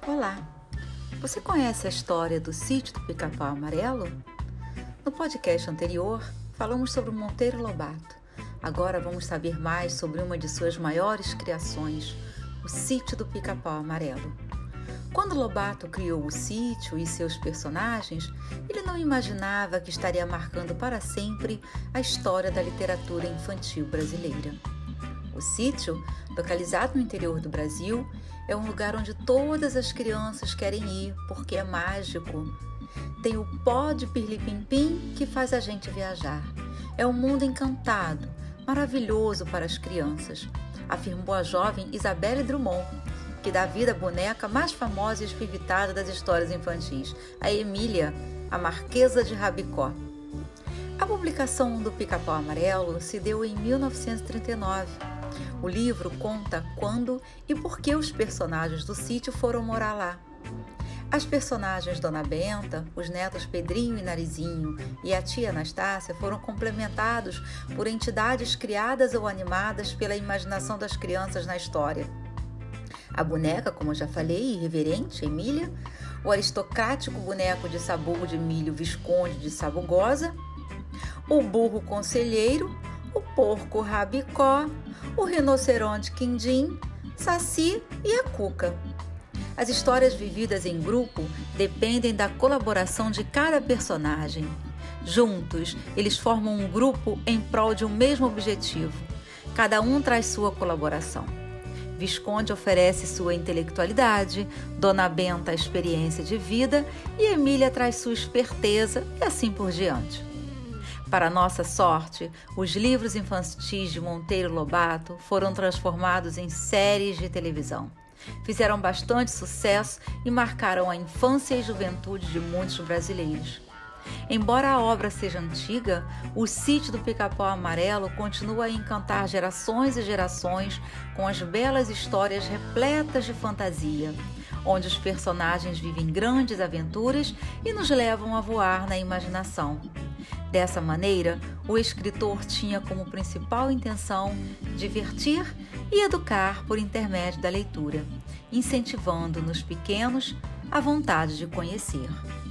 Olá! Você conhece a história do Sítio do Pica-Pau Amarelo? No podcast anterior, falamos sobre o Monteiro Lobato. Agora vamos saber mais sobre uma de suas maiores criações, o Sítio do Pica-Pau Amarelo. Quando Lobato criou o sítio e seus personagens, ele não imaginava que estaria marcando para sempre a história da literatura infantil brasileira. O sítio, localizado no interior do Brasil, é um lugar onde todas as crianças querem ir porque é mágico. Tem o pó de pirlim-pim-pim que faz a gente viajar. É um mundo encantado, maravilhoso para as crianças, afirmou a jovem Isabelle Drummond, que dá vida à boneca mais famosa e espivitada das histórias infantis, a Emília, a Marquesa de Rabicó. A publicação do Pica-Pau Amarelo se deu em 1939. O livro conta quando e por que os personagens do sítio foram morar lá. As personagens Dona Benta, os netos Pedrinho e Narizinho e a tia Anastácia foram complementados por entidades criadas ou animadas pela imaginação das crianças na história. A boneca, como eu já falei, irreverente, Emília, o aristocrático boneco de sabugo de milho Visconde de Sabugosa, o burro conselheiro, o porco Rabicó, o rinoceronte Quindim, Saci e a Cuca. As histórias vividas em grupo dependem da colaboração de cada personagem. Juntos, eles formam um grupo em prol de um mesmo objetivo. Cada um traz sua colaboração. Visconde oferece sua intelectualidade, Dona Benta a experiência de vida e Emília traz sua esperteza e assim por diante. Para nossa sorte, os livros infantis de Monteiro Lobato foram transformados em séries de televisão. Fizeram bastante sucesso e marcaram a infância e juventude de muitos brasileiros. Embora a obra seja antiga, o Sítio do Pica-Pau Amarelo continua a encantar gerações e gerações com as belas histórias repletas de fantasia, onde os personagens vivem grandes aventuras e nos levam a voar na imaginação. Dessa maneira, o escritor tinha como principal intenção divertir e educar por intermédio da leitura, incentivando nos pequenos a vontade de conhecer.